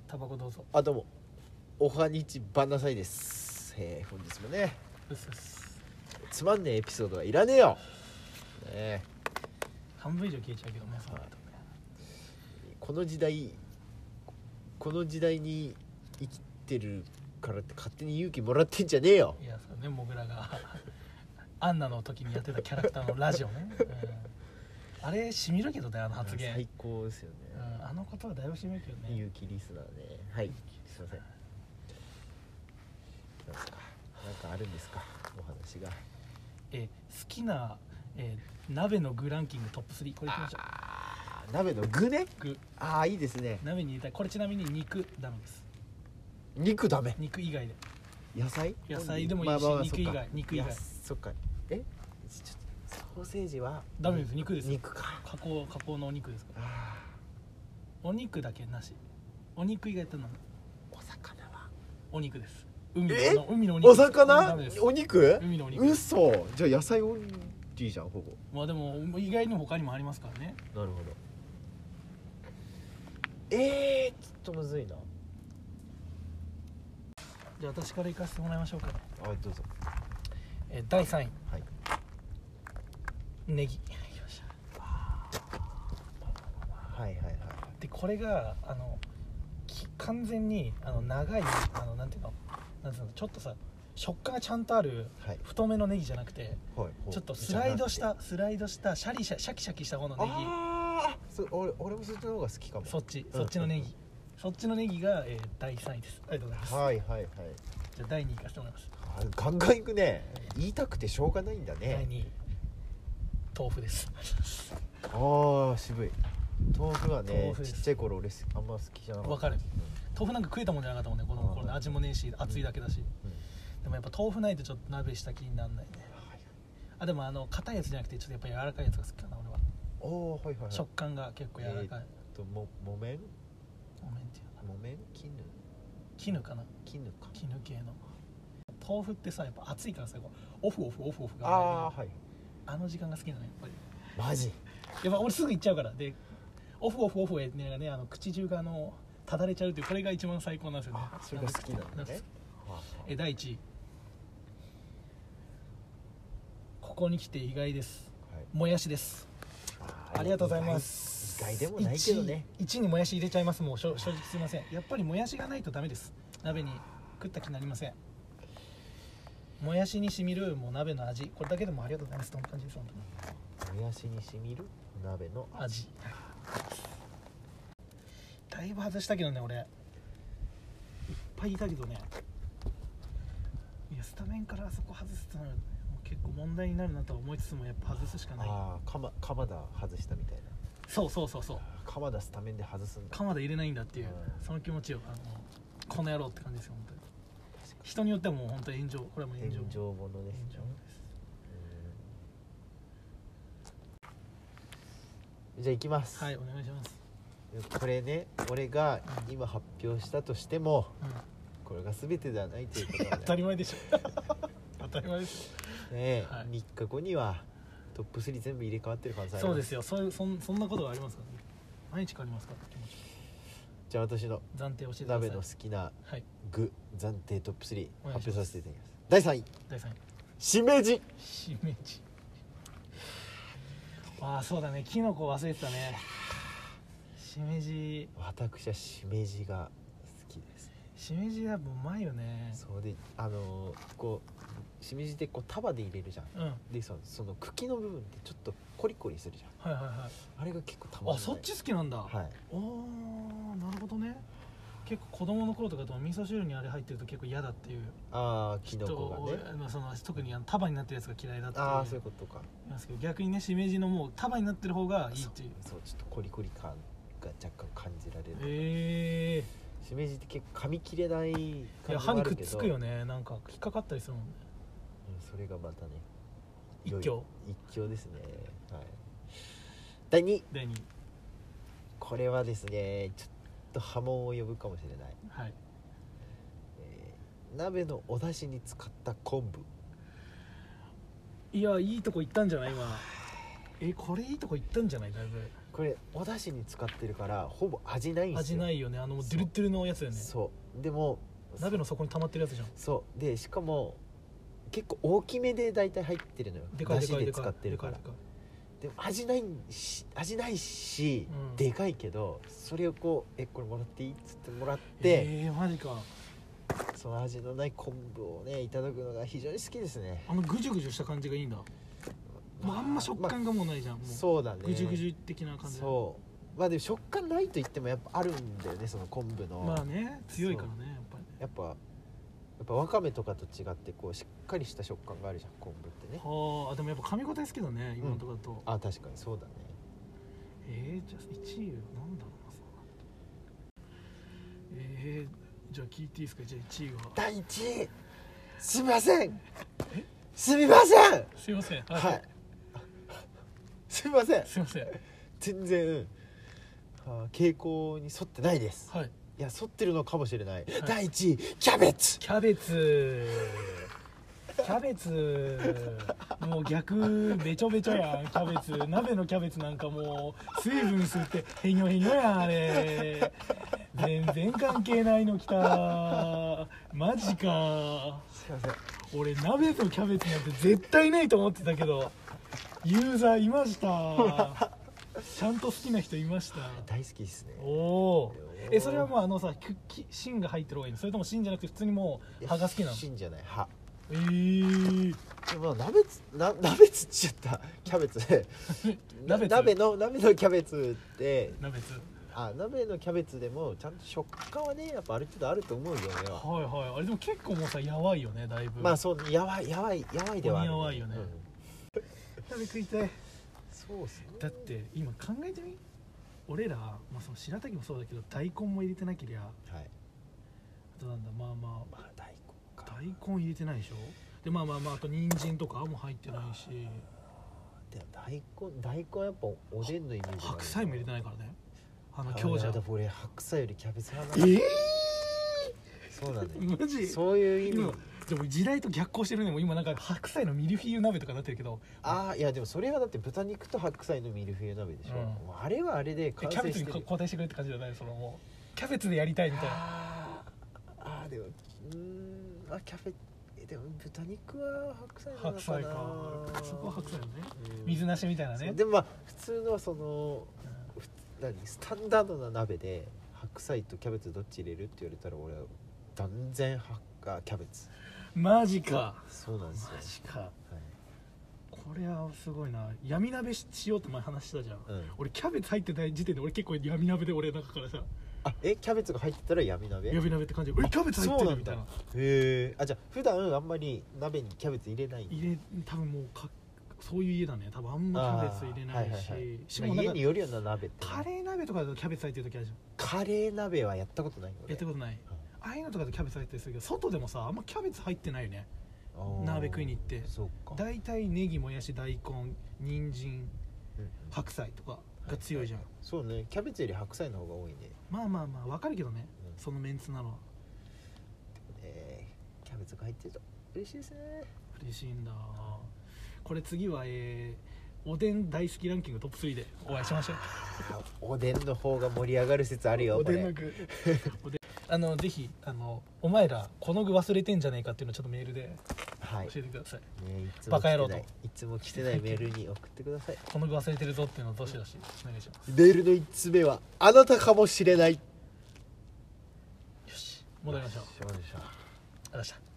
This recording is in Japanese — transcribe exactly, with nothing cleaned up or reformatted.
タバコどうぞ。 あ、どうもおはにちばんなさいです、えー、本日もねうっすうっす。 つまんねえエピソードはいらねえよ、ね、 半分以上消えちゃうけどね、そうなるとね。 この時代この時代に生きてるからって勝手に勇気もらってんじゃねえよ。 いやそうね、モグラがアンナの時にやってたキャラクターのラジオね、うん、あれしみるけどね、あの発言最高ですよね、 うん、あの言葉だいぶしみるけどね。 勇気リスナーね。はい、すいません。なんすか、なんかあるんですか、お話が。 え好きな、えー、鍋の具ランキングトップスリー、これいきましょう。 あー、鍋の具ね。 具、 ああ、いいですね。 鍋に入れたい。これちなみに肉ダメです。 肉ダメ。 肉以外で。 野菜野菜でもいいし、 まあまあまあ、 肉以外肉以外。 そっか。え、ちょっとソーセージはダメです。肉です。 肉か。 加工加工のお肉ですから。 あお肉だけなし。お肉以外って何？ お魚はお肉です。海えの海のお肉。 お魚ダメです。 お肉海のお肉。 嘘。じゃあ野菜オンリーじゃん、ほぼ。 まあでも意外に他にもありますからね。 なるほど。えー、ちょっとむずいな。 じゃあ私から行かせてもらいましょうかね。 あ、どうぞ。 えー、だいさんい、 はい。 ネギ。来ました。 はいはいはい。 でこれがあのき完全にあの長いあのなんていうのなんていうのちょっとさ食感がちゃんとあるはい太めのネギじゃなくて、 はい、 ちょっとスライドしたスライドしたシャリシャシャキシャキした方のネギ。 ああ、そ俺俺もそっちの方が好きかも。 そっちそっちのネギ、うん、そっちのネギが、えー、だいさんいです。ありがとうございます。 はいはいはい。 じゃあだいにいいかせてもらいます。 あ、ガンガンいくね。言いたくてしょうがないんだね。 だいにい豆腐です。 ああ、渋い。豆腐はね、 豆腐ちっちゃい頃俺あんま好きじゃなかった。 わかる。豆腐なんか食えたもんじゃなかったもんね、この頃ね。味もねえし熱いだけだし、うんうん、でもやっぱ豆腐ないとちょっと鍋した気にならないね、はい、あでもあの硬いやつじゃなくてちょっとやっぱ柔らかいやつが好きかな俺は。 おお、はいはいはい。 食感が結構柔らかい。えー、 とも木綿木綿っていうの木綿絹絹かな。 絹か。 絹系の豆腐ってさやっぱ熱いからさ、こうオフオフオフオフがあー、はい、 あの時間が好きなのやっぱり。 マジやっぱ俺すぐ行っちゃうから。でオフオフオフへね、ね、あの口中があのただれちゃうっていう、これが一番最高なんですよね。 それが好きなんだね。 えだいいちい、ここに来て意外です、はい、もやしです。 あ, ありがとうございます。 意外でもないけどね。 いちいにもやし入れちゃいます。もう正直すいません。やっぱりもやしがないとダメです。鍋に食った気になりません。もやしにしみるもう鍋の味、これだけでもありがとうございます。どんな感じです。本当にもやしにしみる鍋の味。 だいぶ外したけどね、俺いっぱいいたけどね。いやスタメンからあそこ外すとなると、ね、もう結構問題になるなとは思いつつもやっぱ外すしかない。 ああ、鎌田外したみたいな。 そうそうそうそう、 鎌田スタメンで外すんだ。 鎌田入れないんだっていう、うん、その気持ちよ。あのこの野郎って感じですよ本当に。人によってはもう本当に炎上、これはもう炎上炎上ものですね。 炎上です。 じゃあ行きます。 はい、お願いします。 これね、俺が今発表したとしても、うん、これが全てではないということは、ね、 当たり前でしょ当たり前ですよ、 ね、はい、みっかごにはトップスリー全部入れ替わってる可能性あります。 そうですよ。そういう そ, そんなことがありますからね。毎日変わりますから気持ち。 じゃあ私の暫定教えてください。 鍋の好きな具、はい、暫定トップスリー発表させていただきます。だいさんい、 だいさんい、 しめじ。 しめじ、ああそうだね、キノコ忘れてたね。しめじ、 私はしめじが好きです。 しめじはもううまいよね。 そうで、あのー、こうしめじってこう束で入れるじゃん、うん、で そ, その茎の部分ってちょっとコリコリするじゃん。はいはいはい。あれが結構たまんない。 あ、そっち好きなんだ。はい。おー、なるほどね。結構子供の頃とかと味噌汁にあれ入ってると結構嫌だっていう。ああ、キノコがね。その特にあの束になってるやつが嫌いだっていう。ああ、そういうことか。ますけど逆にね、しめじのもう束になってる方がいいっていう。そう、そうちょっとコリコリ感が若干感じられる。ええー。しめじって結構噛み切れない感じもあるけど。いや、歯にくっつくよね。なんか引っかかったりするもんね。うん、それがまたね。一興。一興ですね。はい。だいにい。だいにい。これはですね、ちょっと波紋を呼ぶかもしれない。はい。えー、鍋のお出汁に使った昆布。いや、いいとこ行ったんじゃない今。え、これいいとこ行ったんじゃないだいぶ。 これお出汁に使ってるからほぼ味ないんですよ。 味ないよね。あのドゥルドゥルのやつだよね。 そうでも鍋の底に溜まってるやつじゃん。 そうでしかも結構大きめで大体入ってるのよ。 でかいでかいで使ってるから。でも味ないし味ないし、うん、でかいけどそれをこうえこれもらっていいっつってもらってえー、マジか。 その味のない昆布をねいただくのが非常に好きですね。 あのグジュグジュした感じがいいんだ。もうあんま食感がもうないじゃん、まあ、もうそうだね。 グジュグジュ的な感じ。 そうまあでも食感ないと言ってもやっぱあるんだよね、その昆布の。 まあね強いからねやっぱりね。 やっぱやっぱわかめとかと違ってこうしっかりした食感があるじゃん昆布ってね。 はあでもやっぱ噛み応え好きだね今のところだと、 うん、あ確かにそうだね。 えー、じゃあいちいなんだろうなさ。えー、じゃあ聞いていいですか。じゃあいちいはだいいちいすみませんすみませんすみませんはい、はい、すみませんすみません全然、はあ、傾向に沿ってないです。 はいいや沿ってるのかもしれない、はい、だいいちいキャベツキャベツキャベツもう逆べちょべちょやん。キャベツ鍋のキャベツなんかもう水分吸ってへにょへにょやん。あれ全然関係ないのきた。マジか。 すいません俺鍋とキャベツなんて絶対ないと思ってたけどユーザーいました。ちゃんと好きな人いました。 大好きですね。 おおえそれはもうあのさ芯が入ってる方がいいの、それとも芯じゃなくて普通にもう葉が好きなの。 芯じゃない葉。 えー、 でも鍋つな鍋つっちゃったキャベツ鍋鍋の鍋のキャベツって鍋つあ鍋のキャベツでもちゃんと食感はねやっぱある程度あると思うよね。 はいはい。あれでも結構もうさやわいよねだいぶ。 まあそうやわいやわいやわいではある、 やわいよね、うん、食べ食いたい。 そうっすね。 だって今考えてみ俺ら、まあ、その白滝もそうだけど大根も入れてなけりゃ、はい、あとなんだまあまあ、まあ、大根か大根入れてないでしょ。でまあまあまああと人参とかも入ってないし。 でも大根大根やっぱおでんのイメージ。 白菜も入れてないからね。あの今日じゃ俺白菜よりキャベツ派なんだ。えー、そうなんだよ。 マジそういう意味。 でも時代と逆行してるね。もう今なんか白菜のミルフィーユ鍋とかなってるけど。 ああいやでもそれはだって豚肉と白菜のミルフィーユ鍋でしょ、うん、あれはあれで完成してる。 キャベツに交代してくれって感じじゃない。そのもうキャベツでやりたいみたいな。 ああでもうーんあキャベツでも豚肉は白菜なのかな。 白菜かそこは白菜よね、うん、水なしみたいなね。 でもまあ普通のその、うん、何スタンダードな鍋で白菜とキャベツどっち入れるって言われたら俺は断然白キャベツ。 マジか。 そうなんですよ。 マジか、はい、これはすごいな。闇鍋 し, しようって前話したじゃん、うん、俺キャベツ入ってない時点で俺結構闇鍋で俺の中からさあえキャベツが入ってたら闇鍋闇鍋って感じでえキャベツ入ってるみたいな。へえ。あじゃあ普段あんまり鍋にキャベツ入れない。 入れ多分もうかそういう家だね多分。あんまキャベツ入れないし、はいはいはい、 しかも家によるような鍋って、 ね、カレー鍋とかだとキャベツ入ってる時あるじゃん。 カレー鍋はやったことないの。 やったことない、うん、ああいうのとかでキャベツ入ったりするけど外でもさあんまキャベツ入ってないよね。鍋食いに行ってだいたいネギもやし大根人参、うん、白菜とかが強いじゃん、はいはい、 そうねキャベツより白菜の方が多いね。 まあまあまあわかるけどね、うん、そのメンツなのはでもねキャベツが入ってると嬉しいですね。 嬉しいんだ。これ次はえー、おでん大好きランキングトップスリーでお会いしましょう。 おでんの方が盛り上がる説あるよ。 おでんの具あのぜひあのお前らこの具忘れてんじゃねえかっていうのをちょっとメールで教えてください、 はいね、いつもバカ野郎といつも来てないメールに送ってください。 この具忘れてるぞっていうのをどしどしお願いします。 メールのいっつめはあなたかもしれない。よし戻りましょう。 しましょう。 ありがとうございました。